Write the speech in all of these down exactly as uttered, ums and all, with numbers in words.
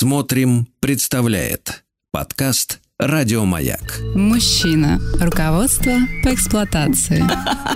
Смотрим, представляет подкаст «Радио Маяк». Мужчина. Руководство по эксплуатации.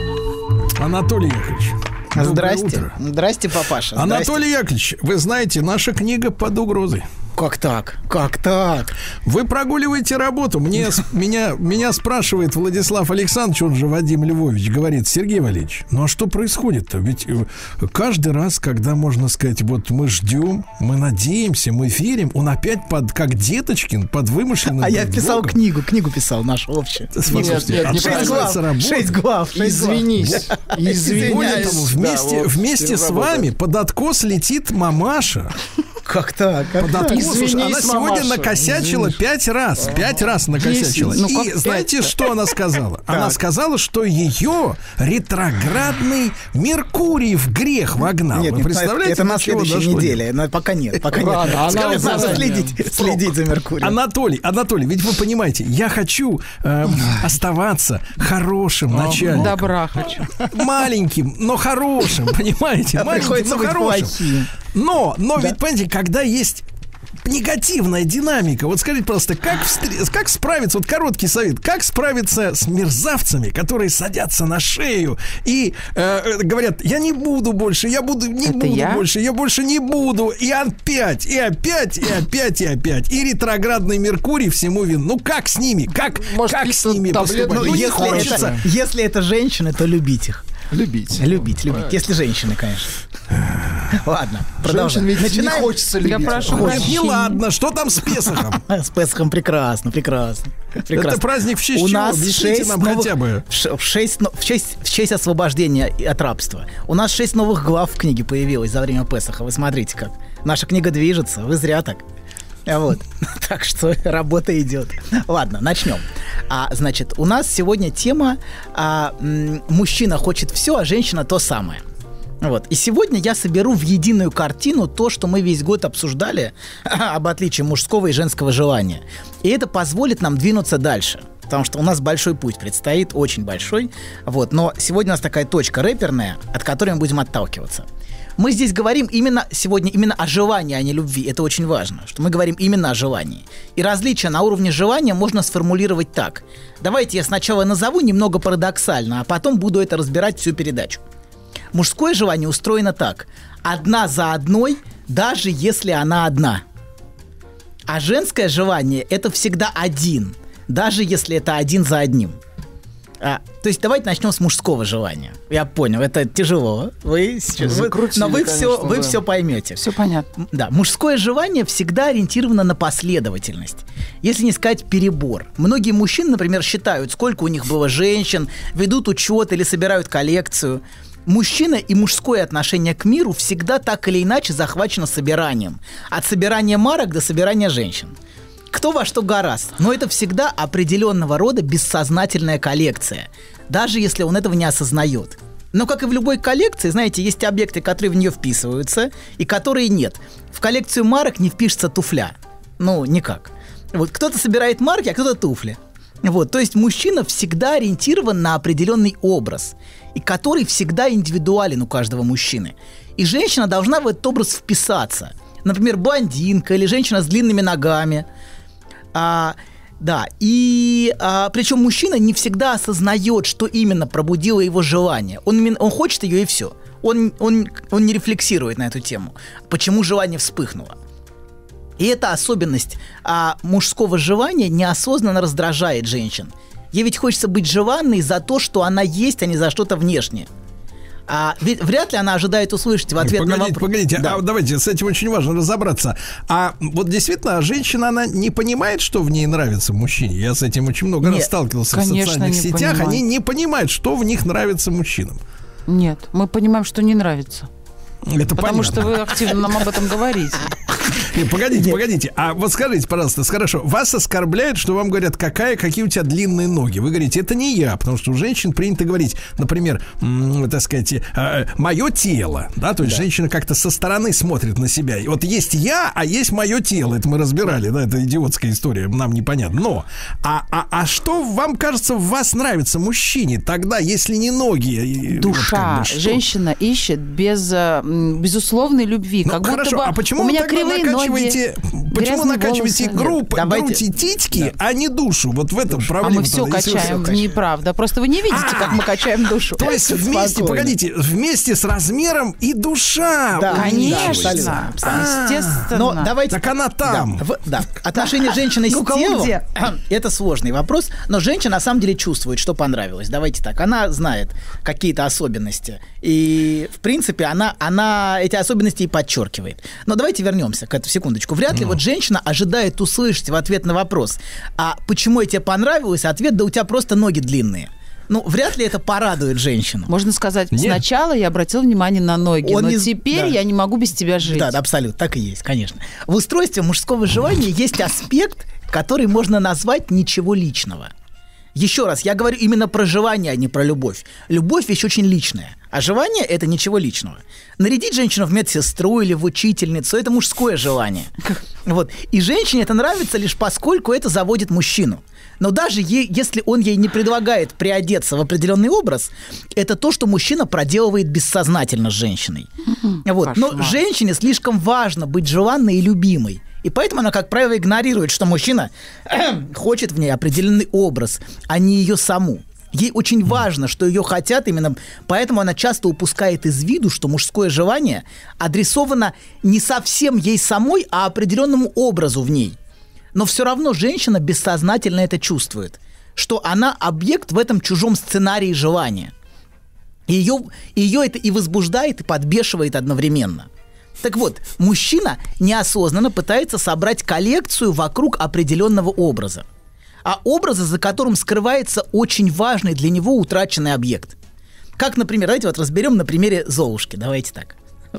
Анатолий Яковлевич. Здрасте. Утро. Здрасте, папаша. Анатолий Здрасте. Яковлевич, вы знаете, наша книга под угрозой. Как так? Как так? Вы прогуливаете работу. Мне, меня, меня спрашивает Владислав Александрович, он же Вадим Львович, говорит: Сергей Валерьевич, ну а что происходит-то? Ведь каждый раз, когда, можно сказать, вот мы ждем, мы надеемся, мы верим, он опять под, как Деточкин, под вымышленным. А я писал богом. книгу, книгу писал нашу общую. Слушайте, Нет, нет, шесть глав, шесть глав, шесть Извинись. Извиняюсь. Более того, вместе, Да, вот, вместе с вами под откос летит мамаша. Как так? Как Под так? откос. Извинись, Она сегодня мамаша. накосячила пять раз. Пять раз накосячила. Ну, И как знаете, что она сказала? Она сказала, что ее ретроградный Меркурий в грех вогнал. Нет, Вы нет, представляете? это на до чего следующей дошло? неделе. Но пока нет, пока нет. Рано, она Скажи, вот надо заранее. следить, следить за Меркурием. Анатолий, Анатолий, ведь вы понимаете, я хочу э, оставаться хорошим начальником. Добра хочу. Маленьким, но хорошим, понимаете? А Маленьким, приходится но быть хорошим. плохим. Но, но Да. ведь, понимаете, когда есть негативная динамика, вот скажите, просто, как, встр- как справиться, вот короткий совет, как справиться с мерзавцами, которые садятся на шею и э, говорят: я не буду больше, я буду, не Это буду я? больше, я больше не буду, и опять, и опять, и опять, и опять, и ретроградный Меркурий всему вин. Ну как с ними, как, Может, как с ними таблетку? поступать? Ну, Ну, не если, хочется. это, если это женщины, то любить их. Любить. Любить, любить. Если женщины, конечно. Ладно, продолжаем. Женщин ведь не Начинаем. хочется любить. Я прошу Ой, не прощения. ладно, что там с Песохом? С Песхом прекрасно, прекрасно. прекрасно. Это праздник в честь У чего? нас Объясните шесть нам новых, хотя бы. В, ш- в шесть, но- в, честь, в честь освобождения от рабства. У нас шесть новых глав в книге появилось за время Песаха. Вы смотрите как. Наша книга движется. Вы зря так. Вот. Так что работа идет. Ладно, начнем. А, значит, у нас сегодня тема а, м, «Мужчина хочет все, а женщина то самое». Вот. И сегодня я соберу в единую картину то, что мы весь год обсуждали об отличии мужского и женского желания. И это позволит нам двинуться дальше. Потому что у нас большой путь предстоит, очень большой. Вот. Но сегодня у нас такая точка рэперная, от которой мы будем отталкиваться. Мы здесь говорим именно сегодня именно о желании, а не любви. Это очень важно, что мы говорим именно о желании. И различия на уровне желания можно сформулировать так. Давайте я сначала назову немного парадоксально, а потом буду это разбирать всю передачу. Мужское желание устроено так. Одна за одной, даже если она одна. А женское желание – это всегда один, даже если это один за одним. А, то есть давайте начнем с мужского желания. Я понял, это тяжело. Вы, сейчас- вы- Закрутили, но вы, все, конечно, вы да. все поймете. Все понятно. М, Да, мужское желание всегда ориентировано на последовательность. Если не сказать перебор. Многие мужчины, например, считают, сколько у них было женщин, ведут учет или собирают коллекцию. Мужчина и мужское отношение к миру всегда так или иначе захвачено собиранием. От собирания марок до собирания женщин. Кто во что гораст, но это всегда определенного рода бессознательная коллекция, даже если он этого не осознает. Но, как и в любой коллекции, знаете, есть объекты, которые в нее вписываются, и которые нет. В коллекцию марок не впишется туфля. Ну, никак. Вот кто-то собирает марки, а кто-то туфли. Вот, то есть мужчина всегда ориентирован на определенный образ, и который всегда индивидуален у каждого мужчины. И женщина должна в этот образ вписаться. Например, блондинка или женщина с длинными ногами. А, да, и а, причем мужчина не всегда осознает, что именно пробудило его желание. Он, именно- он хочет ее и все. Он, он, он не рефлексирует на эту тему, почему желание вспыхнуло. И эта особенность а, мужского желания неосознанно раздражает женщин. Ей ведь хочется быть желанной за то, что она есть, а не за что-то внешнее. А ведь вряд ли она ожидает услышать в ответ на Погодите, вопрос. погодите, Да. а давайте, с этим очень важно разобраться. А вот действительно, женщина, она не понимает, что в ней нравится мужчине. Я с этим очень много Нет, раз сталкивался в конечно, социальных не сетях. понимает. Они не понимают, что в них нравится мужчинам. Нет, мы понимаем, что не нравится. Это Потому понятно. что вы активно нам об этом говорите. Не, погодите, погодите. А вот скажите, пожалуйста, хорошо, вас оскорбляет, что вам говорят, какая, какие у тебя длинные ноги. Вы говорите, это не я, потому что у женщин принято говорить, например, м, так сказать, э, мое тело, да, то есть Да. женщина как-то со стороны смотрит на себя. И вот есть я, а есть мое тело. Это мы разбирали, да, это идиотская история, нам непонятно. Но, а, а, а что вам кажется, в вас нравится мужчине тогда, если не ноги? И вот Душа. как бы что? Женщина ищет без э, м, безусловной любви. Ну, как будто хорошо, бы а почему у вы меня тогда кривые накачиваете накачиваете, почему накачиваете грудь, грудь и титьки, да. а не душу? Вот в этом проблема. А мы все качаем, все неправда. Просто вы не видите, а, как мы качаем душу. То есть вместе, спокойно. Погодите, вместе с размером и душа. Да, конечно. Да, естественно. Но давайте... Так она там. Да, в, да. Отношения женщины с телом – это сложный вопрос, но женщина на самом деле чувствует, что понравилось. Давайте так, она знает какие-то особенности. И, в принципе, она, она эти особенности и подчеркивает. Но давайте вернемся к этому секундочку. Вряд ли mm. вот женщина ожидает услышать в ответ на вопрос, а почему я тебе понравилось? Ответ: да у тебя просто ноги длинные. Ну, вряд ли это порадует женщину. Можно сказать, Нет. сначала я обратил внимание на ноги, Он но не... теперь да. я не могу без тебя жить. Да, да, абсолютно, так и есть, конечно. В устройстве мужского желания есть аспект, который можно назвать ничего личного. Еще раз, я говорю именно про желание, а не про любовь. Любовь – вещь очень личная, а желание – это ничего личного. Нарядить женщину в медсестру или в учительницу – это мужское желание. Вот. И женщине это нравится лишь поскольку это заводит мужчину. Но даже е- если он ей не предлагает приодеться в определенный образ, это то, что мужчина проделывает бессознательно с женщиной. Вот. Но женщине слишком важно быть желанной и любимой. И поэтому она, как правило, игнорирует, что мужчина хочет в ней определенный образ, а не ее саму. Ей очень важно, что ее хотят, именно поэтому она часто упускает из виду, что мужское желание адресовано не совсем ей самой, а определенному образу в ней. Но все равно женщина бессознательно это чувствует, что она объект в этом чужом сценарии желания. И ее, ее это и возбуждает, и подбешивает одновременно. Так вот, мужчина неосознанно пытается собрать коллекцию вокруг определенного образа. А образа, за которым скрывается очень важный для него утраченный объект. Как, например, давайте вот разберем на примере Золушки. Давайте так.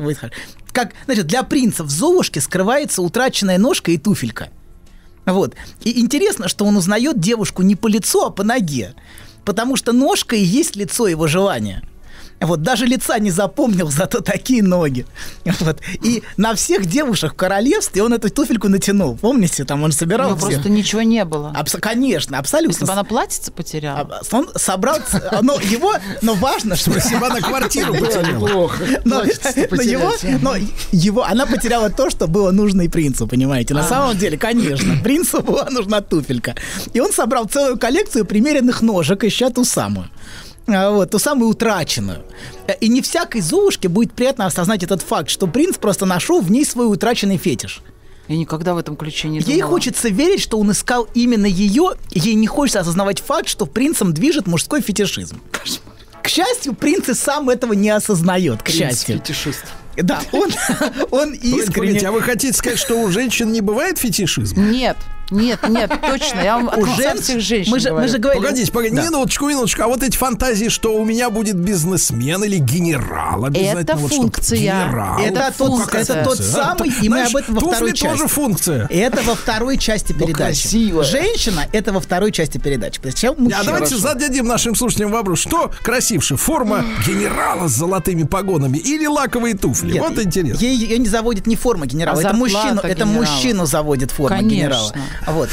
Как, значит, для принца в Золушке скрывается утраченная ножка и туфелька. Вот. И интересно, что он узнает девушку не по лицу, а по ноге. Потому что ножка и есть лицо его желания. Вот, даже лица не запомнил, зато такие ноги. Вот. И на всех девушек в королевстве он эту туфельку натянул. Помните, там он собирал. Ну, просто ничего не было. Абс- конечно, абсолютно. Если бы она платьице потеряла. Он собрал... Но его... Но важно, что... Если бы она квартиру потеряла. Плохо. Но его... Но его... Она потеряла то, что было нужно и принцу, понимаете? На самом деле, конечно, принцу была нужна туфелька. И он собрал целую коллекцию примеренных ножек, ища ту самую. Вот, ту самую утраченную. И не всякой Золушке будет приятно осознать этот факт, что принц просто нашел в ней свой утраченный фетиш. Я никогда в этом ключе не думала. Ей хочется верить, что он искал именно ее, и ей не хочется осознавать факт, что принцем движет мужской фетишизм. К счастью, принц и сам этого не осознает, к счастью. Принц фетишист. Да, он, он искренне... А вы хотите сказать, что у женщин не бывает фетишизма? Нет. Нет, нет, точно. Я вам от жен... всех женщин мы же, говорю. Мы же говорили... Погодите, погодите, да. минуточку, минуточку. А вот эти фантазии, что у меня будет бизнесмен или генерал обязательно. Это вот, функция. Генерал. Это, вот, тот, это тот самый, а, и знаешь, мы об этом во второй части. тоже функция. Это во второй части передачи. Ну, женщина — это во второй части передачи. Причем а давайте хорошо. зададим нашим слушателям вопрос. Что красивше, форма генерала с золотыми погонами или лаковые туфли? Нет, вот интересно. Ее не заводит не форма генерала. А это мужчину, это мужчину заводит форма Конечно. генерала. Вот.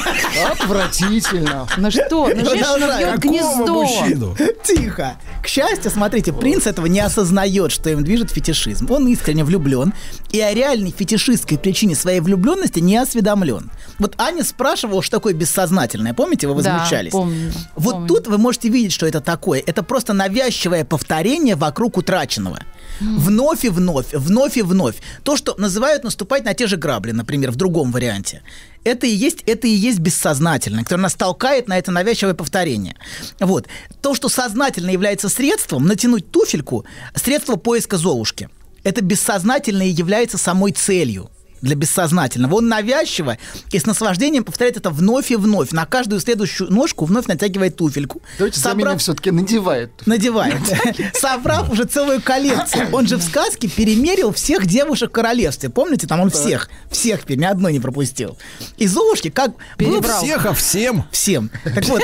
Отвратительно. Ну что? Ну женщина бьет гнездо. Мужчину? Тихо. К счастью, смотрите, принц этого не осознает, что им движет фетишизм. Он искренне влюблен, и о реальной фетишистской причине своей влюбленности не осведомлен. Вот Аня спрашивала, что такое бессознательное. Помните, вы возмущались? Да, помню. Вот помню. тут вы можете видеть, что это такое. Это просто навязчивое повторение вокруг утраченного. Вновь и вновь, вновь и вновь. То, что называют наступать на те же грабли, например, в другом варианте. Это и есть, это и есть бессознательное, которое нас толкает на это навязчивое повторение. Вот. То, что сознательно является средством, натянуть туфельку, средство поиска Золушки. Это бессознательное является самой целью для бессознательного. Он навязчиво и с наслаждением повторяет это вновь и вновь. На каждую следующую ножку вновь натягивает туфельку. Давайте Собрав... заменим все-таки надевает. Надевает. Собрав уже целую коллекцию. Он же в сказке перемерил всех девушек в королевстве. Помните, там он всех, всех, ни одной не пропустил. И Золушки как... Перебрал. Всех, а всем. Всем. Так вот,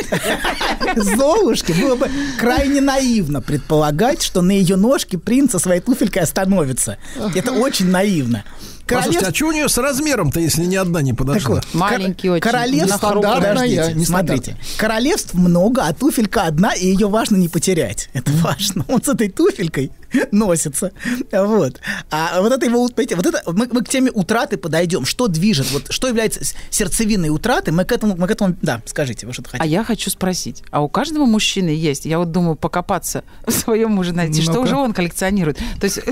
Золушке было бы крайне наивно предполагать, что на ее ножке принц со своей туфелькой остановится. Это очень наивно. Королев... Послушайте, а что у нее с размером-то, если ни одна не подошла? Вот, маленький кор- очень. Королевств, подождите, не смотрите. Королевств много, а туфелька одна, и ее важно не потерять. Это важно. Он с этой туфелькой носится. Вот. А вот это его, вот это, мы, мы к теме утраты подойдем. Что движет, вот, что является сердцевиной утраты, мы к этому, мы к этому, да, скажите, вы что-то хотите. А я хочу спросить, а у каждого мужчины есть, я вот думаю, покопаться в своем муже найти, что уже он коллекционирует. То есть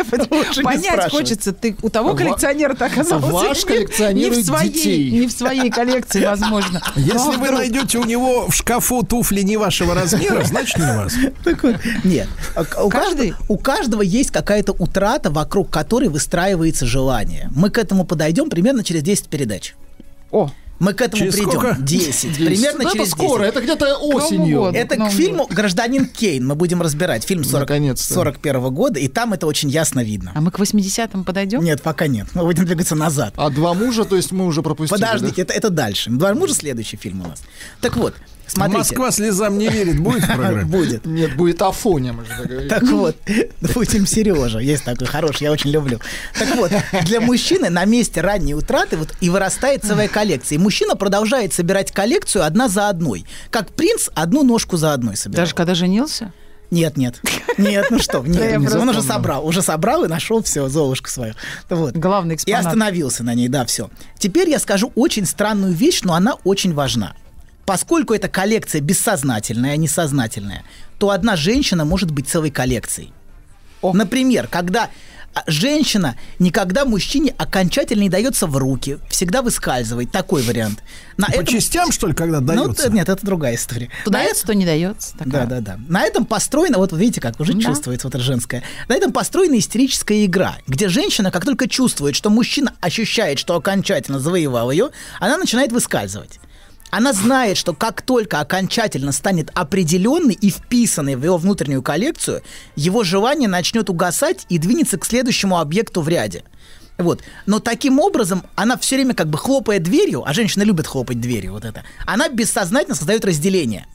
понять хочется, ты у того коллекционера-то оказался Ваш коллекционирует детей. Не в своей коллекции, возможно. Если вы найдете у него в шкафу туфли не вашего размера, значит, не у вас. Нет. У каждого, у каждого есть какая-то утрата, вокруг которой выстраивается желание. Мы к этому подойдем примерно через десять передач. О, мы к этому через придем. Сколько? десять. Примерно это через скоро, десять. это где-то осенью. Это к фильму «Гражданин Кейн» мы будем разбирать. Фильм сорок первого года, и там это очень ясно видно. А мы к восьмидесятым подойдем? Нет, пока нет. Мы будем двигаться назад. А «Два мужа», то есть мы уже пропустили. Подождите, да? это, это дальше. «Два мужа» следующий фильм у нас. Так вот, смотрите. Москва слезам не верит, будет в программе? Будет. Нет, будет Афоня, мы же договорились. Так вот, будем Сережа. Есть такой хороший, я очень люблю. Так вот, для мужчины на месте ранней утраты вот и вырастает целая коллекция. И мужчина продолжает собирать коллекцию одна за одной. Как принц одну ножку за одной собирал. Даже когда женился? Нет, нет. Нет, ну что, нет. Да, Он просто... уже собрал. Уже собрал и нашел все, Золушку свою. Вот. Главный экспонат. И остановился на ней, да, все. Теперь я скажу очень странную вещь, но она очень важна. Поскольку эта коллекция бессознательная, а не сознательная, то одна женщина может быть целой коллекцией. О. Например, когда женщина никогда мужчине окончательно не дается в руки, всегда выскальзывает. Такой вариант. На По этом... частям, что ли, когда дается? Ну, нет, это другая история. То на дается, это... то не дается. Да, да, да. На этом построена, вот видите, как уже да. чувствуется вот это женское. На этом построена истерическая игра, где женщина, как только чувствует, что мужчина ощущает, что окончательно завоевал ее, она начинает выскальзывать. Она знает, что как только окончательно станет определенной и вписанной в его внутреннюю коллекцию, его желание начнет угасать и двинется к следующему объекту в ряде. Вот. Но таким образом она все время как бы хлопая дверью, а женщины любят хлопать дверью, вот это, она бессознательно создает разделение.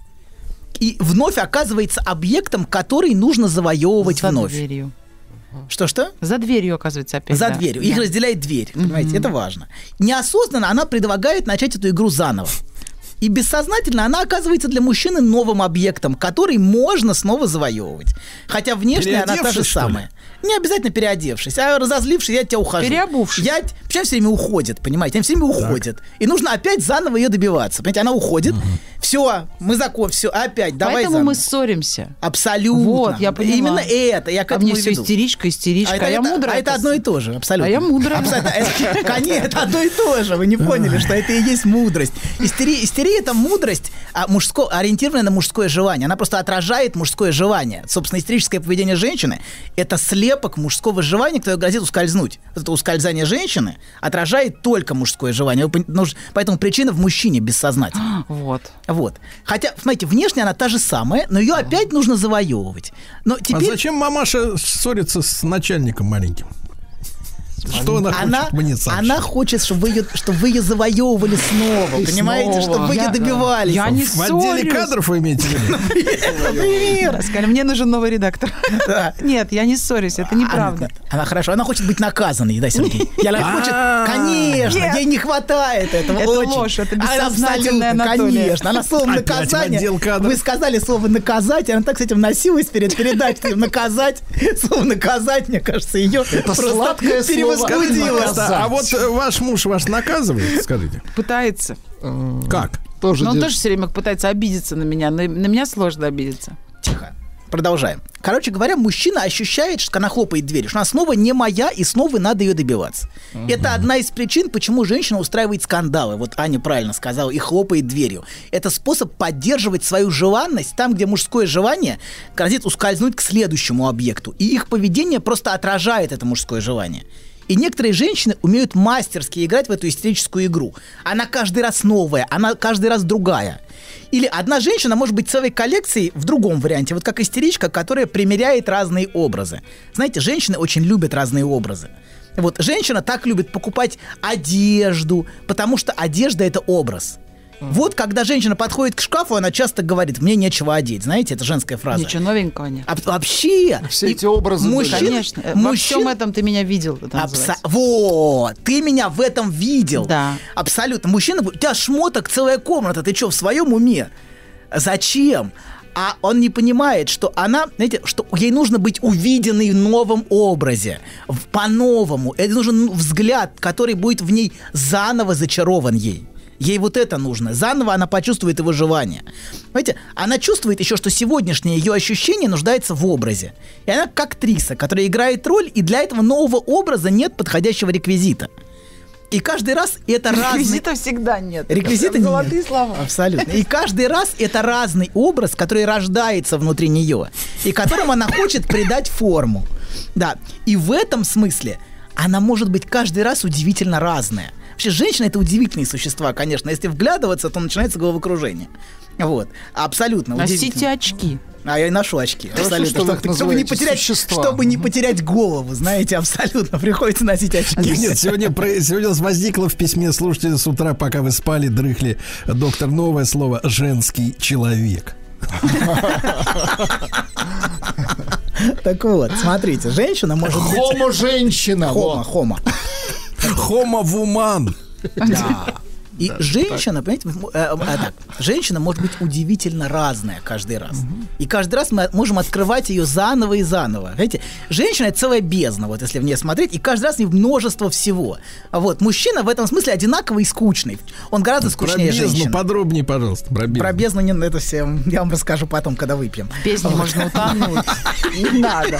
И вновь оказывается объектом, который нужно завоевывать За вновь. Дверью. Что-что? За дверью, оказывается, опять. За да. дверью. Да. Их разделяет дверь, понимаете, mm-hmm. это важно. Неосознанно она предлагает начать эту игру заново. И бессознательно она оказывается для мужчины новым объектом, который можно снова завоевывать. Хотя внешне она та же самая. Не обязательно переодевшись, а разозлившись, я от тебя ухожу. Переобувшись. Я... Почему все время уходит, понимаете? Она все время уходит. Так. И нужно опять заново ее добиваться. Понимаете, она уходит. Угу. Все, мы закон, все, опять, давай Поэтому заново. мы ссоримся. Абсолютно. Вот, я поняла. Именно это. Я к а этому мне все веду. истеричка, истеричка. А, это, а я это, мудрая. А это одно и то же, абсолютно. А я мудрая. Абсолютно. Конечно, это одно и то же. Вы не поняли, что это и есть мудрость. Истерия, истерия – это мудрость, мужско, ориентированная на мужское желание. Она просто отражает мужское желание. Собственно, истерическое поведение женщины – это слепок мужского желания, которое грозит ускользнуть. Вот это ускользание женщины отражает только мужское желание. Поэтому причина в мужчине бессознательно. Вот. Вот. Хотя, смотрите, внешне она та же самая, но ее опять нужно завоевывать. Но теперь... А зачем мамаша ссорится с начальником маленьким? Что она, она хочет мне сообщить? Она хочет, чтобы вы ее, чтобы вы ее завоевывали снова, и понимаете, снова. чтобы вы я, ее добивались. Я не В отделе кадров вы имеете в виду? Например. Сказали, мне нужен новый редактор. Да. Нет, я не ссорюсь, это неправда. Она, она хорошо, она хочет быть наказанной, да, Сергей? И она хочет, конечно, Нет. ей не хватает этого Это очень. ложь, это Она бессознательная абсолютно, анатомия. конечно. Она словом Опять в наказание. отдел кадров. Вы сказали слово наказать, и она так с этим носилась перед передачей. Наказать, слово наказать, мне кажется, ее просто сладкое слово. перевозбудило. А вот ваш муж вас наказывает, скажите? Пытается. Как? Тоже Но он дед... тоже все время пытается обидеться на меня. На, на меня сложно обидеться. Тихо. Продолжаем. Короче говоря, мужчина ощущает, что она хлопает дверью, что она снова не моя, и снова надо ее добиваться. Uh-huh. Это одна из причин, почему женщина устраивает скандалы. Вот Аня правильно сказала, и хлопает дверью. Это способ поддерживать свою желанность там, где мужское желание грозит ускользнуть к следующему объекту. И их поведение просто отражает это мужское желание. И некоторые женщины умеют мастерски играть в эту истерическую игру. Она каждый раз новая, она каждый раз другая. Или одна женщина может быть целой коллекцией в другом варианте, вот как истеричка, которая примеряет разные образы. Знаете, женщины очень любят разные образы. Вот женщина так любит покупать одежду, потому что одежда – это образ. Вот когда женщина подходит к шкафу, она часто говорит: мне нечего одеть. Знаете, это женская фраза. Ничего новенького нет. А, вообще. Все эти образы мужчин, были. Конечно. Мужчин, Во всем этом ты меня видел. Абсо- вот, ты меня в этом видел. Да. Абсолютно. Мужчина, у тебя шмоток целая комната. Ты что, в своем уме? Зачем? А он не понимает, что она, знаете, что ей нужно быть увиденной в новом образе, в- по-новому. Это нужен взгляд, который будет в ней заново зачарован ей. Ей вот это нужно. Заново она почувствует его желание. Понимаете, она чувствует еще, что сегодняшнее ее ощущение нуждается в образе. И она как актриса, которая играет роль, и для этого нового образа нет подходящего реквизита. И каждый раз это разный... Реквизита всегда нет. Реквизита Прям золотые нет. слова. Абсолютно. И каждый раз это разный образ, который рождается внутри нее, и которому она хочет придать форму. Да. И в этом смысле она может быть каждый раз удивительно разная. Вообще, женщина — это удивительные существа, конечно. Если вглядываться, то начинается головокружение. Вот. Абсолютно Носите удивительно. очки. А я и ношу очки. Хорошо, Абсолютно. что вы их Чтобы, чтобы не называете потерять, существа. чтобы не потерять голову, знаете, абсолютно. Приходится носить очки. Нет, сегодня, про- сегодня возникло в письме слушателя с утра, пока вы спали, дрыхли, доктор, новое слово «женский человек». Так вот, смотрите, женщина может быть... Хомо-женщина. Хома, во. хома. Homo woman. Да. И женщина, понимаете, м- э, э, так, женщина может быть удивительно разная каждый раз. И каждый раз мы можем открывать ее заново и заново. Понимаете, женщина — это целая бездна, вот если в нее смотреть, и каждый раз в ней множество всего. А вот мужчина в этом смысле одинаковый и скучный. Он гораздо Про скучнее бездну женщины. подробнее, пожалуйста. Про бездну. Про бездну не, это все я вам расскажу потом, когда выпьем. В бездне можно утонуть. Не надо.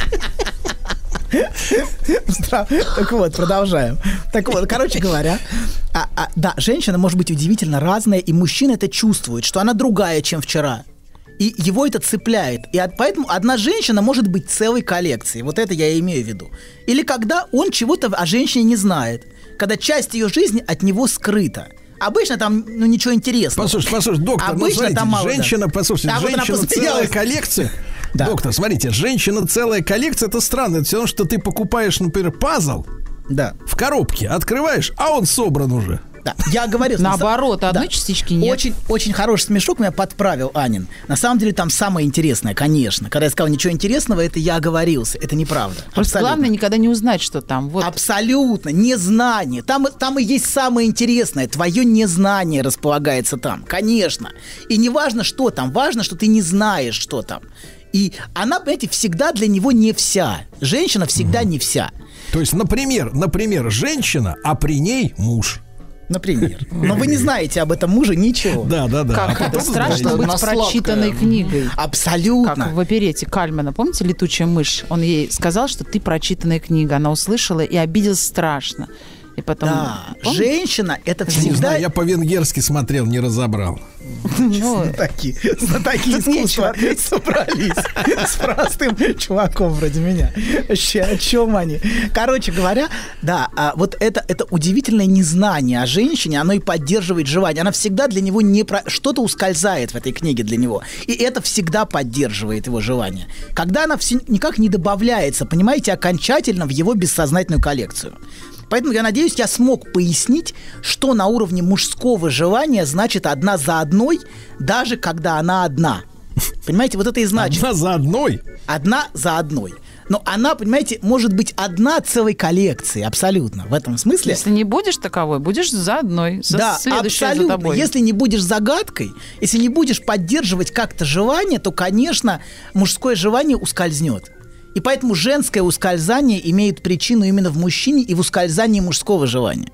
Стра- Так вот, продолжаем. Так вот, короче говоря, а- а, да, женщина может быть удивительно разная, и мужчина это чувствует, что она другая, чем вчера. И его это цепляет. И от- поэтому одна женщина может быть целой коллекцией. Вот это я и имею в виду. Или когда он чего-то о женщине не знает. Когда часть ее жизни от него скрыта. Обычно там ну, ничего интересного. Послушайте, послушайте, доктор, ну, Обычно смотрите, там мало, да. женщина, послушайте, А вот она женщина целая посмеялась. коллекция. Да. Доктор, смотрите, женщина целая коллекция, это странно. Это все равно, что ты покупаешь, например, пазл Да. в коробке, открываешь, а он собран уже. Да, я говорил. Наоборот, Да. одной частички нет. Очень, очень хороший смешок меня подправил Анин. На самом деле там самое интересное, конечно. Когда я сказал ничего интересного, это я оговорился. Это неправда. Просто Абсолютно. главное никогда не узнать, что там. Вот. Абсолютно. Незнание. Там, там и есть самое интересное. Твое незнание располагается там. Конечно. И не важно, что там. Важно, что ты не знаешь, что там. И она, понимаете, всегда для него не вся. Женщина всегда не вся. То есть, например, например, женщина, а при ней муж. Например. Но вы не знаете об этом муже ничего. Да, да, да. Как А это потом страшно знаете. быть на сладкое. прочитанной книгой. Абсолютно. Как в оперете Кальмана. Помните «Летучая мышь»? Он ей сказал, что ты прочитанная книга. Она услышала и обиделась страшно. И потом... Да, Помните? женщина это Не всегда... знаю, я по-венгерски смотрел, не разобрал. Ну, Знатоки, знатоки Тут искусства собрались с простым чуваком вроде меня. Вообще, о чем они? Короче говоря, да, а вот это, это удивительное незнание о женщине, оно и поддерживает желание. Она всегда для него не про... Что-то ускользает в этой книге для него. И это всегда поддерживает его желание. Когда она все никак не добавляется, понимаете, окончательно в его бессознательную коллекцию. Поэтому я надеюсь, я смог пояснить, что на уровне мужского желания значит одна за одной, даже когда она одна. Понимаете, вот это и значит. Одна за одной. Одна за одной. Но она, понимаете, может быть одна целой коллекции, абсолютно. В этом смысле. если не будешь таковой, будешь за одной, за Да, следующей за абсолютно. тобой. Если не будешь загадкой, если не будешь поддерживать как-то желание, то, конечно, мужское желание ускользнет. И поэтому женское ускользание имеет причину именно в мужчине и в ускользании мужского желания.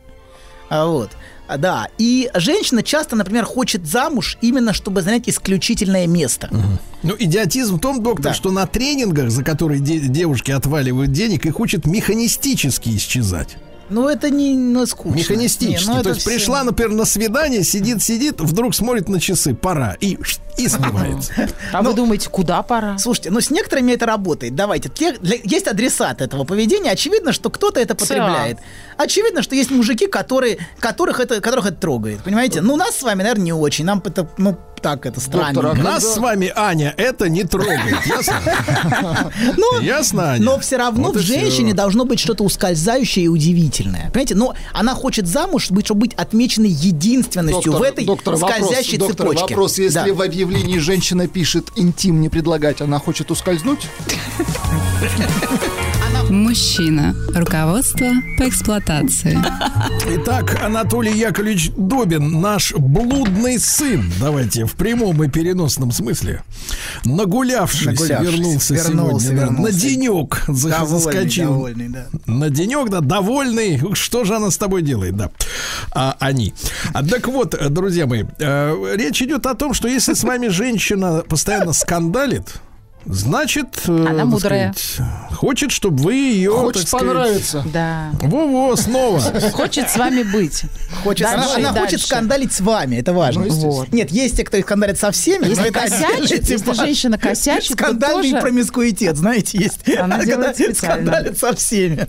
А вот. А, Да. И женщина часто, например, хочет замуж именно чтобы занять исключительное место. Ну, идиотизм в том, доктор, Да. что на тренингах, за которые де- девушки отваливают денег, их учат механистически исчезать. Ну, это не ну, скучно. Механистически. Не, ну, То это есть всё- пришла, например, на свидание, сидит, сидит, вдруг смотрит на часы, пора, и, и смывается. А вы думаете, куда пора? Слушайте, ну с некоторыми это работает. Давайте. Те- для- есть адресат этого поведения. Очевидно, что кто-то это потребляет. Очевидно, что есть мужики, которые, которых, это, которых это трогает. Понимаете? Ну, нас с вами, наверное, не очень. Нам это, ну, так, это странно. Доктор, а Нас когда- с вами, Аня, это не трогает. Ясно? Ну, Ясно, Аня? Но все равно Вот в и всё. женщине должно быть что-то ускользающее и удивительное. Понимаете? Но она хочет замуж, чтобы чтобы быть отмеченной единственностью в этой доктор, скользящей вопрос, доктор, цепочке. вопрос, если Да. в объявлении женщина пишет «интим не предлагать», она хочет ускользнуть? Она Мужчина. Руководство по эксплуатации. Итак, Анатолий Яковлевич Добин, наш блудный сын, давайте в прямом и переносном смысле, нагулявшись, Нагулявшись, вернулся, вернулся, сегодня, вернулся. Да, на денек за- Довольный, заскочил. довольный, да. На денек, да, довольный. Что же она с тобой делает, да? А, они. А, так вот, друзья мои, э, речь идет о том, что если с вами женщина постоянно скандалит, значит, э, Она так мудрая. сказать, хочет, чтобы вы ее, Хочет так сказать, понравиться. Да. Во-во, снова. Хочет с вами быть. Хочет, Дальше она и она дальше. хочет скандалить с вами, это важно. Ну, естественно. Вот. Нет, есть те, кто их скандалит со всеми. Если но это косячит, отдельная если тема. женщина косячит, то Скандальный тоже... промискуитет, знаете, есть. Она Когда делает специально. скандалит со всеми.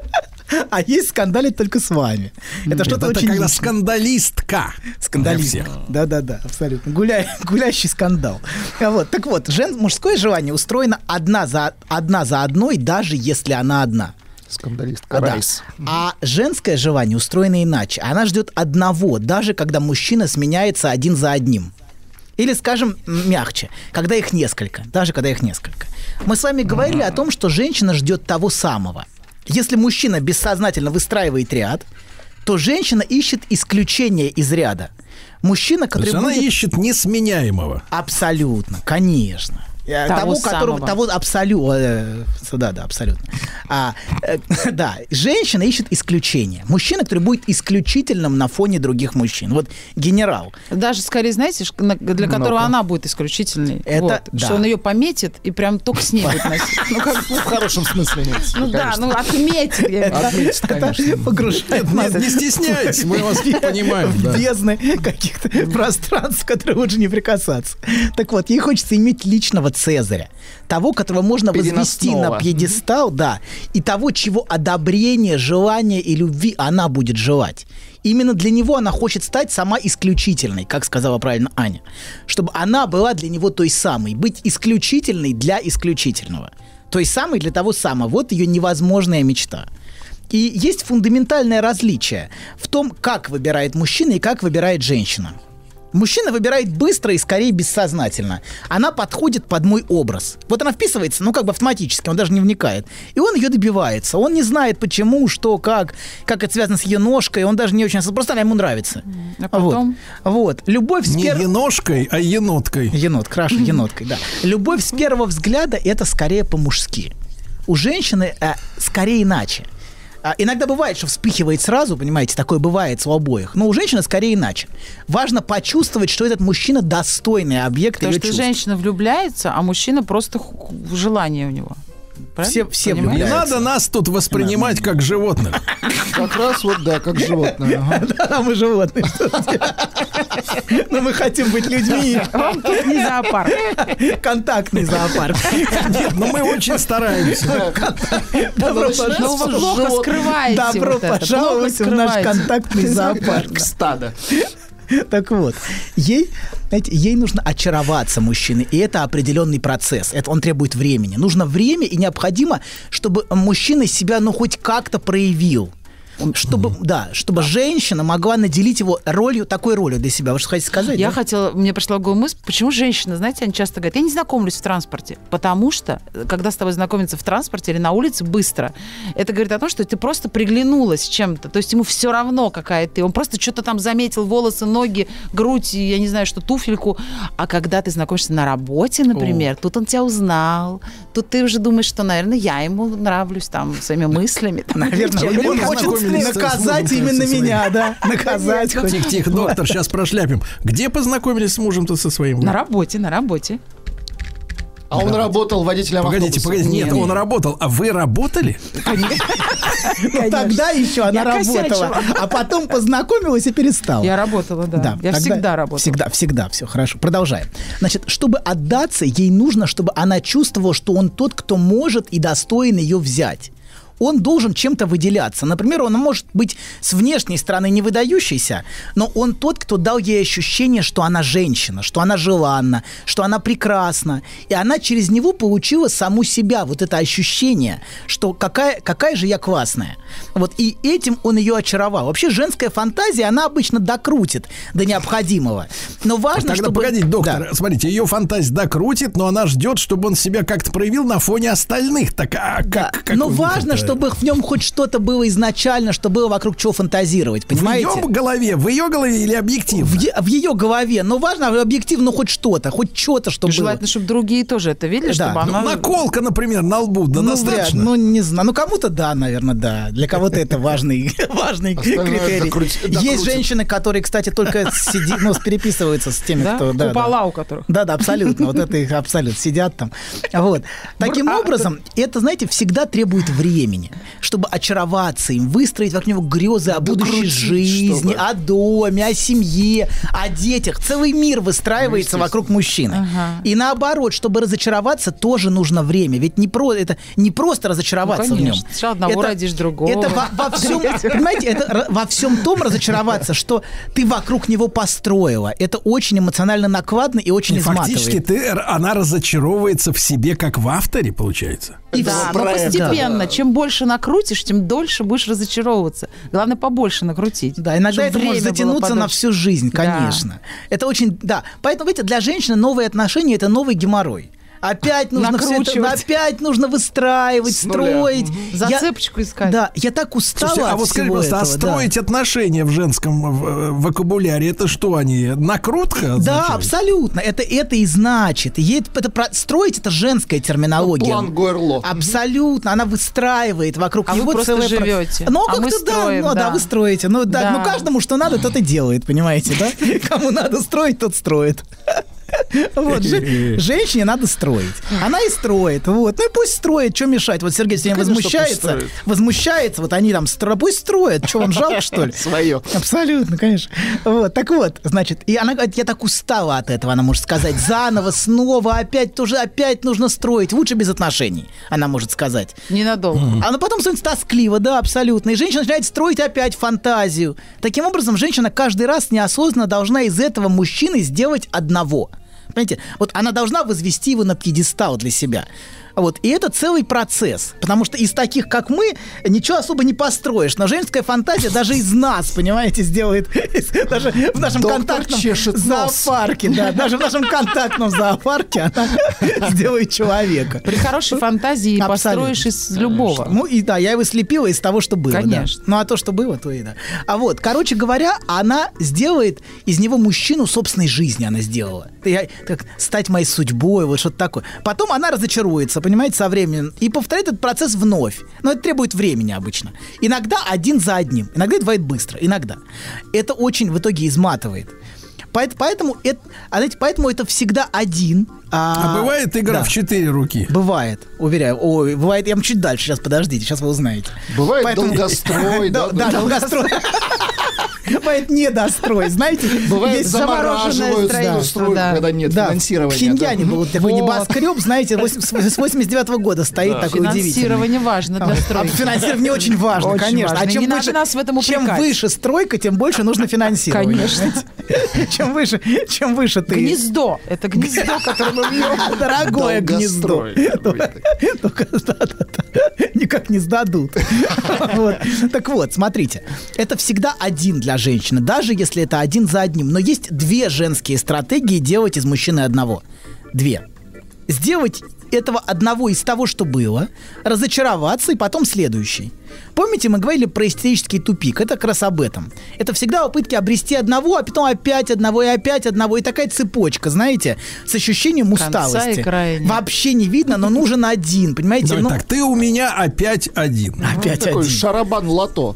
А есть скандалит только с вами. Это что-то Это очень когда личное. скандалистка. Скандалист. Для всех. Да-да-да, абсолютно. Гуляй, гулящий скандал. А Вот. Так вот, жен, мужское желание устроено одна за, одна за одной, даже если она одна. Скандалистка А, да. Райс. А женское желание устроено иначе. Она ждет одного, даже когда мужчина сменяется один за одним. Или, скажем, м, мягче, когда их несколько, даже когда их несколько. Мы с вами говорили о том, что женщина ждет того самого. Если мужчина бессознательно выстраивает ряд, то женщина ищет исключение из ряда. Мужчина, То который есть она будет... ищет несменяемого. Абсолютно, конечно. Э, Того которого, самого. того абсолютно, да, да, абсолютно. А, э, да, женщина ищет исключение. Мужчина, который будет исключительным на фоне других мужчин. Вот генерал. Даже, скорее, знаете, ш- на- для которого Ну-ка. она будет исключительной. Это Вот. да. Что он ее пометит и прям только с ней будет носить. Ну, как бы, В хорошем смысле имеется. ну да, ну отметит. Я имею в виду. Отметить, конечно. Погружает нас Нет, не стесняйтесь, мы вас понимаем. в да. бездны каких-то пространств, в которые лучше не прикасаться. Так вот, ей хочется иметь личного Цезаря. Того, которого можно возвести Переносного. на пьедестал, да, и того, чего одобрения, желания и любви она будет желать. Именно для него она хочет стать сама исключительной, как сказала правильно Аня. Чтобы она была для него той самой. Быть исключительной для исключительного. Той самой для того самого. Вот ее невозможная мечта. И есть фундаментальное различие в том, как выбирает мужчина и как выбирает женщина. Мужчина выбирает быстро и скорее бессознательно. Она подходит под мой образ. Вот она вписывается, ну, как бы автоматически, он даже не вникает. И он ее добивается. Он не знает, почему, что, как, как это связано с ее ножкой. Он даже не очень... Просто она ему нравится. А потом? Вот. Вот. Любовь с Не пер- еношкой, а еноткой. Енот, крашу еноткой, да. Любовь с первого взгляда – это скорее по-мужски. У женщины э, скорее иначе. А, иногда бывает, что вспыхивает сразу, понимаете, такое бывает у обоих. Но у женщины скорее иначе. Важно почувствовать, что этот мужчина достойный объект Потому ее что чувств. женщина влюбляется, а мужчина просто ху- желание у него. Правильно? Все- все Понимаете? Не влюбляются. надо нас тут воспринимать как животных. Как раз вот, да, как животное. Ага. Да, мы животные. что делать? Но мы хотим быть людьми. Вам тут не зоопарк. Контактный зоопарк. Нет, но мы очень стараемся. Добро Но вы плохо живот- скрываете Добро вот это, пожаловать плохо в наш скрываете. контактный зоопарк. Стадо. Так вот, ей, знаете, ей нужно очароваться мужчиной, и это определенный процесс. Это он требует времени. Нужно время, и необходимо, чтобы мужчина себя, ну, хоть как-то проявил. Чтобы, да, чтобы женщина могла наделить его ролью, такой ролью для себя. Вы что хотите сказать? Я да? хотела, мне пришла в голову мысль, почему женщины, знаете, они часто говорят, я не знакомлюсь в транспорте, потому что, когда с тобой знакомятся в транспорте или на улице быстро, это говорит о том, что ты просто приглянулась чем-то, то есть ему все равно, какая ты, он просто что-то там заметил, волосы, ноги, грудь, я не знаю, что, туфельку, а когда ты знакомишься на работе, например, тут он тебя узнал, тут ты уже думаешь, что, наверное, я ему нравлюсь там своими мыслями. там, Наверное, или он чем-то. хочет познакомились с наказать мужем, именно со своим. меня, да? Наказать хоть. Тихо-тихо, доктор, сейчас прошляпим. Где познакомились с мужем-то со своим? На работе, на работе. А он работал водителем Погодите, автобуса. погодите. Нет, он работал. А вы работали? Ну, тогда еще она Я работала, косячила. а потом познакомилась и перестала. Я работала, да. Да, я тогда- всегда работала. Всегда, всегда, все, хорошо. Продолжаем. Значит, чтобы отдаться, ей нужно, чтобы она чувствовала, что он тот, кто может и достоин ее взять. он должен чем-то выделяться. Например, он может быть с внешней стороны не выдающийся, но он тот, кто дал ей ощущение, что она женщина, что она желанна, что она прекрасна. И она через него получила саму себя, вот это ощущение, что какая, какая же я классная. Вот, и этим он ее очаровал. Вообще женская фантазия, она обычно докрутит до необходимого. Но важно, Тогда, чтобы... погодите, доктор, Да. смотрите, ее фантазия докрутит, но она ждет, чтобы он себя как-то проявил на фоне остальных. Так, а Да. как, как Но вы важно, это- чтобы в нем хоть что-то было изначально, что было вокруг чего фантазировать, В понимаете? ее голове, в ее голове или объективно? В, е- в ее голове. Но важно объективно хоть что-то, хоть что-то, чтобы Желательно, было. чтобы другие тоже это видели, Да. чтобы Ну, она... наколка, например, на лбу, да Ну, достаточно? вряд- ну, не знаю. Ну, кому-то да, наверное, да. Для кого-то это важный, важный Остальное критерий. докрути- Есть докрутит. женщины, которые, кстати, только сиди- ну, переписываются с теми, Да? кто... Да, Купола да. у которых. Да, да, абсолютно. Вот это их абсолютно. Сидят там. Вот. Таким А, образом, это, знаете, всегда требует времени, чтобы очароваться им, выстроить вокруг него грезы о будущей Докрутить, жизни, чтобы. о доме, о семье, о детях. Целый мир выстраивается вокруг мужчины. Ага. И наоборот, чтобы разочароваться, тоже нужно время. Ведь не про, это не просто разочароваться Ну, в нем. конечно. Сначала одного Это- родишь, другого. Это во, во всем, понимаете, это р- во всем том разочароваться, что ты вокруг него построила. Это очень эмоционально накладно и очень Фактически изматывает. ты, она разочаровывается в себе, как в авторе, получается. И Да, в- но проект, постепенно. да. Чем больше накрутишь, тем дольше будешь разочаровываться. Главное, побольше накрутить. Да, иногда Чтобы это может время было затянуться на подольше. всю жизнь, Да. конечно. Это очень, да. Поэтому, видите, для женщины новые отношения – это новый геморрой. Опять нужно все это, Накручивать. опять нужно выстраивать, С нуля. строить. Мгм. Я- Зацепочку искать. Да, я так устала Слушайте, а от вот скажите, всего просто, а этого, да. строить отношения в женском э, вокабуляре, это что они, накрутка Да, означает? абсолютно. Это, это и значит. И это, это про- строить это женская терминология. План Гойрло. Абсолютно. Она выстраивает вокруг А вы него просто целое... про- живете. Ну, А как-то мы да, строим, ну, да. да. вы строите. Ну, да, Да. ну, каждому что надо, тот и делает, понимаете, да? Кому надо строить, тот строит. Вот, же- женщине надо строить. Она и строит. Вот. Ну и пусть строит, что мешать. Вот Сергей сегодня Конечно, возмущается. пусть строит. Возмущается. Вот они там строят. Пусть строят. Что, вам жалко, что ли? Свое. Абсолютно, конечно. Вот, так вот, значит, и она говорит, я так устала от этого, она может сказать, заново, снова, опять тоже, опять нужно строить, лучше без отношений, она может сказать. Ненадолго. А ну потом становится тоскливо, да, абсолютно. И женщина начинает строить опять фантазию. Таким образом, женщина каждый раз неосознанно должна из этого мужчины сделать одного. Понимаете? Вот она должна возвести его на пьедестал для себя. Вот. И это целый процесс. Потому что из таких, как мы, ничего особо не построишь. Но женская фантазия даже из нас, понимаете, сделает... Даже в нашем Доктор контактном чешет нос. зоопарке, да, даже в нашем контактном зоопарке она сделает человека. При хорошей фантазии Абсолютно. построишь из любого. Ну и да, я его слепила из того, что было. Конечно. Да. Ну а то, что было, то и да. А вот, короче говоря, она сделает из него мужчину собственной жизни, она сделала. Я, как стать моей судьбой, вот что-то такое. Потом она разочаруется, понимаете, со временем, и повторяет этот процесс вновь. Но это требует времени обычно. Иногда один за одним. Иногда это бывает быстро, иногда. Это очень в итоге изматывает. Поэт- Поэтому это, а знаете, поэтому это всегда один. А бывает игра да. в четыре руки? Бывает, уверяю. Ой, бывает, я вам чуть дальше, сейчас подождите, сейчас вы узнаете. Бывает Поэтому- долгострой, да? Да, долгострой. Бывает недострой, знаете. Бывает есть замораживают строительство, стройку, стройку, да. когда нет Да, финансирования. в Хиньяне да. был такой Вот. небоскреб, знаете, восемь- с восемьдесят девятого года стоит такой удивительный. Финансирование важно для А стройки. финансирование очень важно, Очень конечно. важно. А И чем не выше, надо нас в этом чем упрекать. выше стройка, тем больше нужно финансирование. Конечно. понимаете? Чем выше, чем выше ты. Гнездо. Это гнездо, которое мы вьем. Дорогое гнездо. Долгострой какой-то. Только, да, да, да, никак не сдадут. Вот. Так вот, смотрите, это всегда один для женщины, даже если это один за одним. Но есть две женские стратегии делать из мужчины одного. Две. Сделать этого одного из того, что было, разочароваться и потом следующий. Помните, мы говорили про истерический тупик? Это как раз об этом. Это всегда попытки обрести одного, а потом опять одного и опять одного. И такая цепочка, знаете, с ощущением Конца усталости. и края нет. Вообще не видно, но нужен один, понимаете? Давай Ну, так, ты у меня опять один. опять Такой один. шарабан-лото.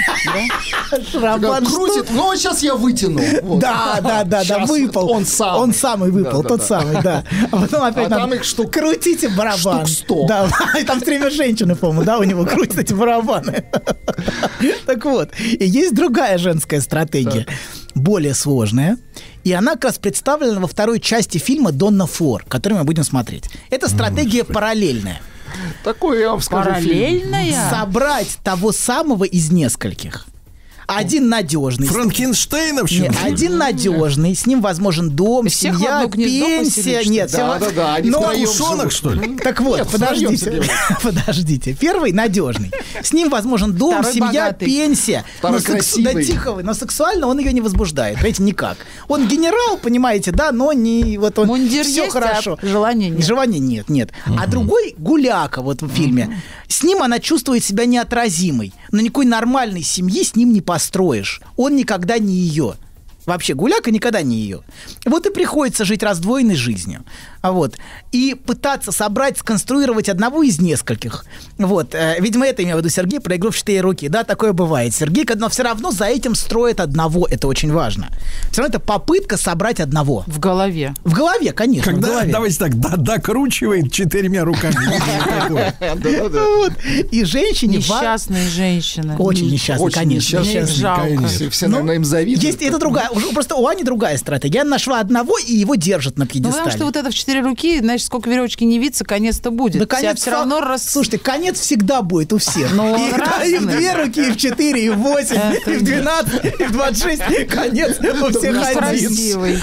Шарабан, Крутит. что? Ну, вот сейчас я вытяну. Вот. Да, да, да, да, Щас выпал. Он самый. Он самый выпал, Да, да, тот да. самый, да. А потом опять А надо там их штук- крутите барабан. штук сто. Да, и там все время женщины, по-моему, да, у него крутят эти барабаны. Так вот, и есть другая женская стратегия, более сложная. И она как раз представлена во второй части фильма «Донна Фор», который мы будем смотреть. Это стратегия параллельная. Такое я вам скажу. Параллельная? Собрать того самого из нескольких. Один надежный. Франкенштейновщина. Нет, один надежный, с ним возможен дом, Всех в семья, одно гнездо пенсия. поселить, Нет, что ли? всего- Да-да-да, они Но- втроем Кушонок, живут. что ли? Так вот, Нет, втроем, подождите. Сергей Подождите. Первый надежный. С ним возможен дом, Второй семья, богатый. пенсия. Второй Но секс- красивый. Да тихо вы, но сексуально он ее не возбуждает. Понимаете, никак. Он генерал, понимаете, да, но не вот он. Мундир все есть, хорошо. а желания нет. Желания нет, нет. А другой гуляка вот в фильме. С ним она чувствует себя неотразимой. Но никакой нормальной семьи с ним не построишь. Он никогда не ее. Вообще, гуляка никогда не ее. Вот и приходится жить раздвоенной жизнью. А вот. И пытаться собрать, сконструировать одного из нескольких. Вот. Э, Видимо, это имел в виду Сергей про игру в четыре руки. Да, такое бывает, Сергей. Но все равно за этим строит одного. Это очень важно. Все равно это попытка собрать одного. В голове. В голове, конечно, в Когда, голове. давайте так, да, докручивает четырьмя руками. Такое. Да-да-да. Вот. И женщине... ва- Несчастные женщины. Очень несчастный, Очень конечно. несчастный. несчастный. Жалко. Конечно. Все, все, Ну, наверное, им завидуют. Есть это другая, уже просто у Ани другая стратегия. Она нашла одного и его держит на Ну, пьедестале. потому что вот это в четыре руки, знаешь, сколько веревочки не виться, конец-то будет. Да Тебя конец все фа- равно раз... Слушайте, конец всегда будет у всех. Но и, он да, и в разный. две руки, и в четыре, и в восемь, и в двенадцать, и в двадцать шесть. Конец у всех один. красивый.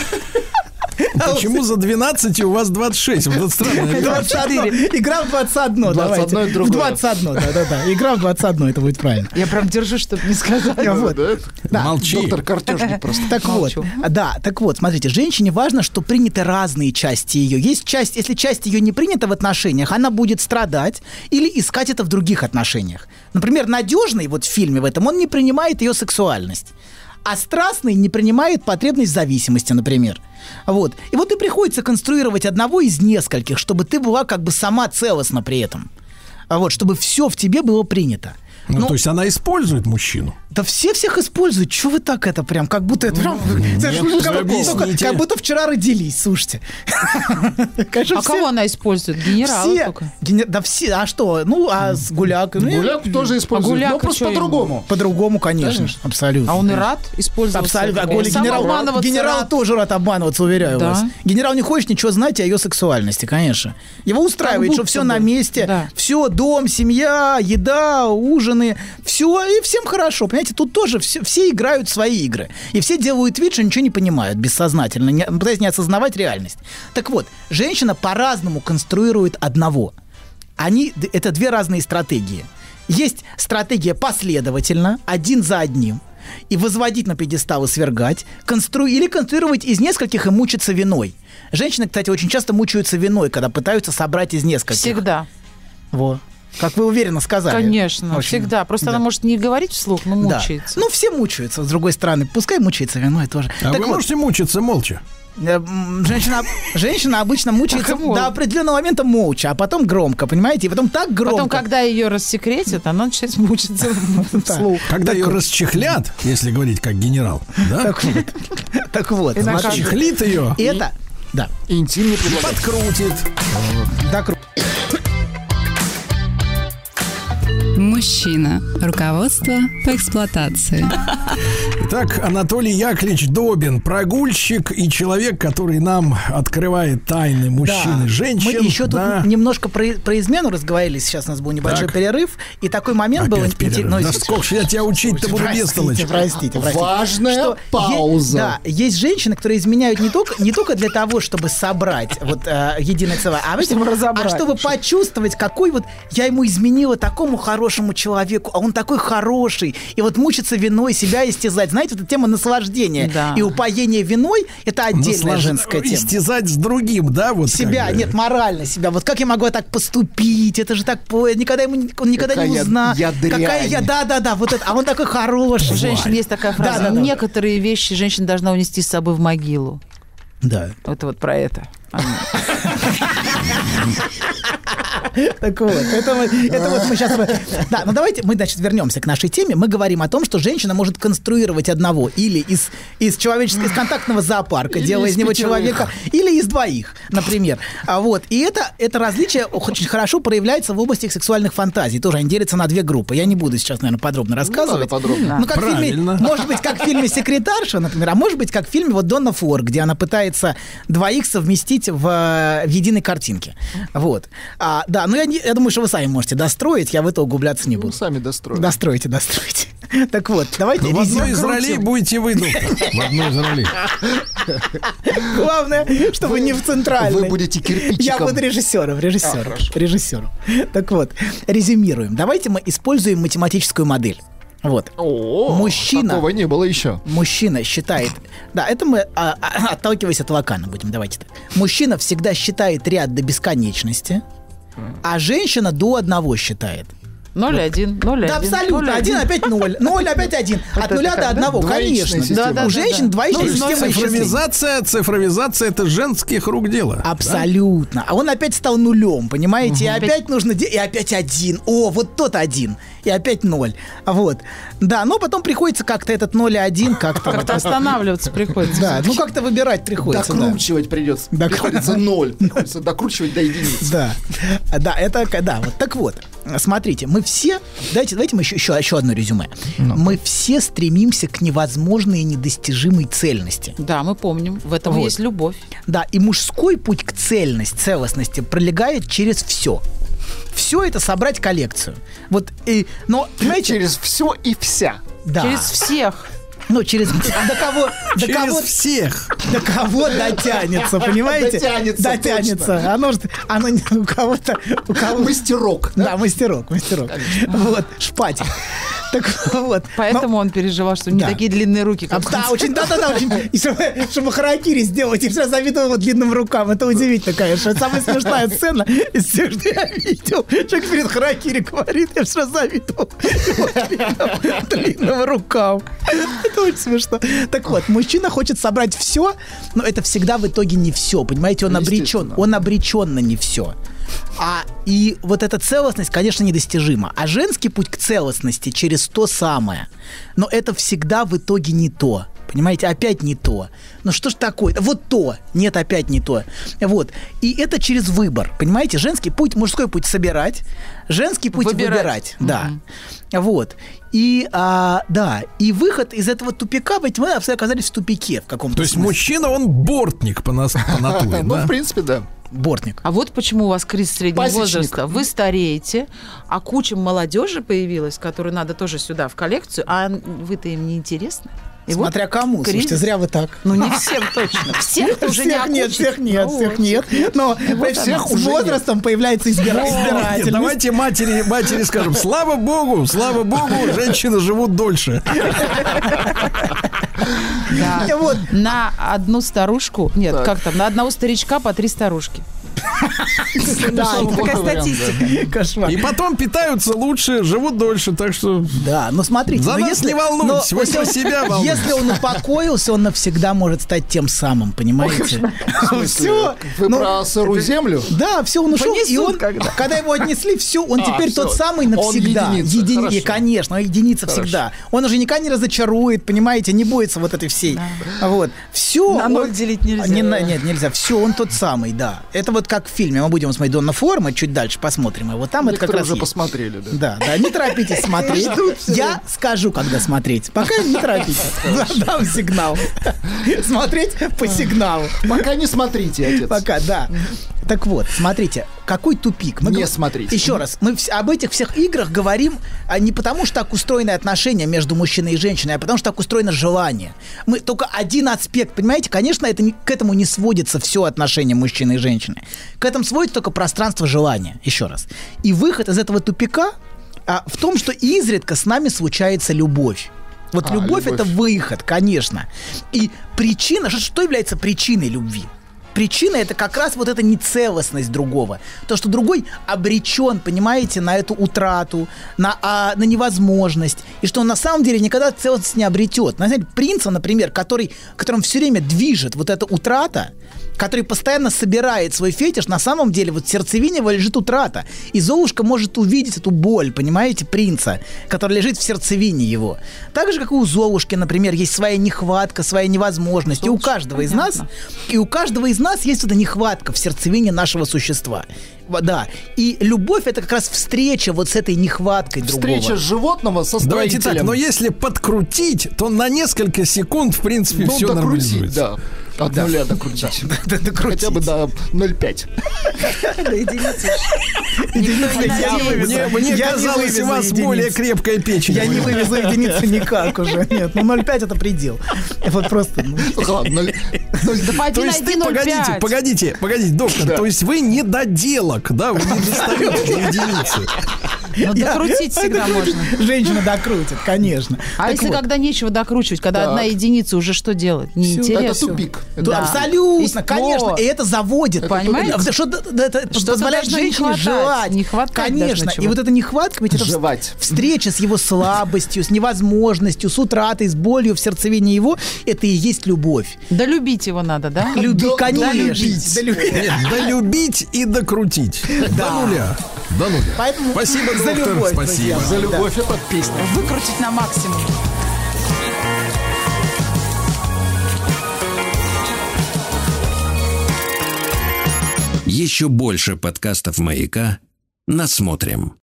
Почему за двенадцать у вас двадцать шесть? Вот это странно. двадцать одно. Игра в двадцать одно. двадцать одно давайте. и другое. В двадцать одно, да-да-да. Игра в двадцать одно, это будет правильно. Я прям держу, чтобы не сказать. Вот. Да, Да. Молчи. Доктор Картежник просто. Так Молчу. вот, да, так вот, смотрите, женщине важно, что приняты разные части ее. Есть часть, если часть ее не принята в отношениях, она будет страдать или искать это в других отношениях. Например, надежный вот в фильме в этом, он не принимает ее сексуальность. А страстный не принимает потребность в зависимости, например. Вот. И вот и приходится конструировать одного из нескольких, чтобы ты была как бы сама целостна при этом. А вот, чтобы все в тебе было принято. Ну, Ну, то есть она использует мужчину. Да все всех используют. Чего вы так это прям? Как будто это... Знаешь, нет, как, будто, объясните. как будто вчера родились, слушайте. Конечно, А все- кого она использует? Генерала все, только. гене- да все, а что? Ну, а с гулякой? Ну, Гуляк тоже используют, гуляка но просто чё ему? по-другому. по-другому, конечно, Конечно. абсолютно. А он и рад использоваться. Абсолютно. А Он Коля, сам генерал, обманываться генерал рад. тоже рад обманываться, уверяю Да. вас. Генерал не хочет ничего знать о ее сексуальности, конечно. Его устраивает, Как что будто все бы. на месте, Да. все, дом, семья, еда, ужины, все, и всем хорошо. Понимаете, тут тоже все, все играют свои игры. И все делают вид, что ничего не понимают бессознательно, не, пытаясь не осознавать реальность. Так вот, женщина по-разному конструирует одного. Они, д- это две разные стратегии. Есть стратегия последовательно, один за одним, и возводить на пьедестал и свергать, констру... или конструировать из нескольких и мучиться виной. Женщины, кстати, очень часто мучаются виной, когда пытаются собрать из нескольких. Всегда. Во. Как вы уверенно сказали. Конечно, Очень. всегда. Просто Да. она может не говорить вслух, но Да. мучается. Ну, все мучаются, с другой стороны. Пускай мучается виной тоже. А Так вы вот, можете мучиться молча? э, м, женщина, женщина обычно мучается Так и может. до определенного момента молча, а потом громко, понимаете? И потом так громко. Потом, когда ее рассекретят, она начинает мучиться вслух. Когда ее расчехлят, если говорить как генерал, да? Так вот. Так вот. И смотрите. накажут. Чехлит ее, Это... Да. Интим не предлагают. подкрутит. Так, Мужчина. Руководство по эксплуатации. Итак, Анатолий Яковлевич Добин, прогульщик и человек, который нам открывает тайны мужчин да. и женщин. Мы еще да. тут немножко про, про измену разговаривали. Сейчас у нас был небольшой Так. перерыв. И такой момент Опять был... перерыв. интер- ну, Да с- сколько ж я тебя учить-то буду Простите, бестолочь. простите, простите. Важная Что пауза. е- да, есть женщины, которые изменяют не только, не только для того, чтобы собрать вот э, единое целое, а, Чтобы разобрать. а чтобы почувствовать, какой вот я ему изменила такому хорошему человеку, а он такой хороший, и вот мучиться виной, себя истязать. Знаете, вот эта тема наслаждения Да. и упоения виной – это отдельная Наслаж- женская тема. Истязать с другим, да? Вот Себя, как бы. нет, морально себя. Вот как я могу так поступить? Это же так, по- никогда ему, не- он никогда не Какая узнал. я дрянь. Какая я, да-да-да, вот это, а он такой хороший. У женщин есть такая фраза. Да-да-да. Некоторые вещи женщина должна унести с собой в могилу. Да. Вот вот про это. Так вот, это, мы- это вот мы сейчас... Да, ну давайте мы, значит, вернемся к нашей теме. Мы говорим о том, что женщина может конструировать одного или из, из человеческого, из контактного зоопарка, Или делая из из него пятерых. человека, или из двоих, например. А вот, и это, это различие очень хорошо проявляется в области их сексуальных фантазий. Тоже они делятся на две группы. Я не буду сейчас, наверное, подробно рассказывать. надо подробно. Ну, как в фильме, Правильно. может быть, как в фильме «Секретарша», например, а может быть, как в фильме вот «Донна Фор», где она пытается двоих совместить в, в единой картинке. Вот. А, А, да, ну я, не- я думаю, что вы сами можете достроить, я в это углубляться не Ну, буду. сами достроим. Достройте, достройте. Так вот, давайте Ну, в одной из резюмируем. ролей будете вы, доктор. В одной из ролей. Главное, чтобы не в центральной. Вы будете кирпичиком. Я буду режиссером, А, режиссером, хорошо. режиссером. Так вот, резюмируем. Давайте мы используем математическую модель. Вот. О, Мужчина. Такого не было еще. Мужчина считает... Да, это мы, а, а, отталкиваясь от Лакана будем, давайте так. Мужчина всегда считает ряд до бесконечности, а женщина до одного считает. ноль один, ноль Да, один. абсолютно. Один опять ноль. Ноль опять один. От это нула как, до да? одного, Двоичная конечно. система. Да, да, У да, женщин да. двоичная Ну, система исчислений. Цифровизация, цифровизация это женских рук дело. Абсолютно. А он опять стал нулем, понимаете? И опять нужно... де- И опять один. О, вот тот один. И опять ноль. Вот. Да, но потом приходится как-то этот ноль и один как-то... Как-то останавливаться приходится. Да, ну как-то выбирать приходится. да. Докручивать придется. Докру- Приходится ноль. Приходится докручивать до единицы. Да, да, это, да, вот так вот. Смотрите, мы все, давайте, давайте мы еще, еще, еще одно резюме. Мы все стремимся к невозможной и недостижимой цельности. Да, мы помним. В этом Вот. есть любовь. Да, и мужской путь к цельности, целостности пролегает через все. Все это собрать коллекцию. Вот, и, но, понимаете, Через все и вся. да, Через всех. ну, через, до кого, до Через кого, всех. до кого дотянется, понимаете? Дотянется, Дотянется. Оно, же- оно не- у кого-то, у кого Мастерок. Да, мастерок, мастерок. Вот, шпатель. Так вот. Поэтому он переживал, что не Да. такие длинные руки, А, как да, он. очень, да-да-да, очень. И чтобы, чтобы харакири сделать, и все завидовал его длинным рукам. Это удивительно, конечно. Это самая смешная сцена из всех, что я видел. Человек перед харакири говорит, я все завидовал его длинным, длинным рукам. Это очень смешно. Так вот, мужчина хочет собрать все, но это всегда в итоге не все. Понимаете, он обречен. Естественно. Он обречен на не все. А и вот эта целостность, конечно, недостижима. А женский путь к целостности через то самое. Но это всегда в итоге не то. Понимаете, опять не то. Ну что ж такое? Вот то. Нет, опять не то. Вот. И это через выбор. Понимаете, женский путь, мужской путь собирать, женский путь выбирать. Выбирать. Да. Вот. И, а, да, и выход из этого тупика, ведь мы оказались в тупике в каком-то То есть смысле. мужчина, он бортник по, нас, по натуре, Ну, да? в принципе, да. Бортник. А вот почему у вас кризис среднего Пасечник. возраста. Вы стареете, а куча молодежи появилась, которую надо тоже сюда, в коллекцию, а вы-то им не интересны. И вот Смотря кому, кризис. слушайте, зря вы так. Ну, не всем точно. Всех уже не всех нет, окучишь. всех нет, Ну, всех вот. нет. Но всех с возрастом появляется избира- Нет, избирательность. давайте матери, матери скажем, слава богу, слава богу, женщины живут дольше. Да. И вот, На одну старушку, нет, Так. как там, на одного старичка по три старушки. да, Самый такая плохой вариант, статистика. Кошмар. И потом питаются лучше, живут дольше, так что... Да, но смотрите, За но нас если, не волнуйтесь, но вы если за он- себя волнуйтесь. Если он упокоился, он навсегда может стать тем самым, понимаете? Все. Вы про сырую землю? Да, все, он ушел, и Понесут он, когда. когда его отнесли, все, он А, теперь всё. тот самый Он навсегда. единица, Едини- хорошо. и, конечно, он единица Хорошо. всегда. Он уже никогда не разочарует, понимаете, не боится вот этой всей. Вот. Все. На ноль делить нельзя. Не, на- нет, нельзя. Все, он тот самый, да. Это вот как в фильме. Мы будем смотреть Донна Форма, чуть дальше посмотрим его. Там это как Некоторые раз уже есть. посмотрели, да. Да, да, не торопитесь смотреть. Я скажу, когда смотреть. Пока не торопитесь. Дам сигнал. Смотреть по сигналу. Пока не смотрите, отец. Пока, да. Так вот, смотрите, какой тупик. Мы Не гов- смотрите. Еще раз, мы вс- об этих всех играх говорим а не потому, что так устроены отношения между мужчиной и женщиной, а потому, что так устроено желание. Мы только один аспект, понимаете, конечно, это не- к этому не сводится все отношения мужчины и женщины. К этому сводится только пространство желания. Еще раз. И выход из этого тупика а, в том, что изредка с нами случается любовь. Вот А, любовь, любовь. это выход, конечно. И причина, что, что является причиной любви? Причина — это как раз вот эта нецелостность другого. То, что другой обречен, понимаете, на эту утрату, на, а, на невозможность. И что он на самом деле никогда целостность не обретет. Знаете, принца, например, который, которым все время движет вот эта утрата, который постоянно собирает свой фетиш, на самом деле вот в сердцевине его лежит утрата. И Золушка может увидеть эту боль, понимаете, принца, который лежит в сердцевине его. Так же, как и у Золушки, например, есть своя нехватка, своя невозможность. И у каждого из нас, и у каждого из нас есть эта нехватка в сердцевине нашего существа. Да. И любовь — это как раз встреча вот с этой нехваткой другого. Встреча животного со Давайте строителем. так, но если подкрутить, то на несколько секунд, в принципе, Ну, все докрутить, нормализуется. да. От нуля докрутить. Докрутить. Хотя бы до ноль целых пять. До единицы. Никто не Я надеется. вывезу. Мне, мне Я не казалось, вывезу у вас единиц. более крепкая печень. Я не вывезу единицу никак уже. Нет, ну ноль целых пять это предел. Вот просто... ну, Ладно, ноль- ноль- Да пойди То есть найди ты, ноль целых погодите, пять. погодите, погодите, доктор, Да. то есть вы не доделок, да, вы не достаете до единицы. Ну, я- докрутить а всегда докрутить можно. Женщина докрутит, конечно. А Так если вот. когда нечего докручивать, когда Так. одна едица, уже что делать? Всё. Неинтересно. Это тупик. Это Да, Да. абсолютно, И конечно. то. И это заводит. Понимаете? Это что, да, это Что-то позволяет должно не женщине хватать. желать. Не хватать Конечно. должно И чего-то. вот эта нехватка, ведь это вс- Жевать. встреча с его слабостью, с невозможностью, с утратой, с болью в сердцевине его, это и есть любовь. Да любить его надо, да? Люби, Да, конечно. любить. Да люби- Нет, долюбить и докрутить. До нуля. До нуля. Поэтому Спасибо, за доктор, любовь, спасибо. друзья. За любовь это песня. Выкрутить на максимум. Еще больше подкастов «Маяка» насмотрим.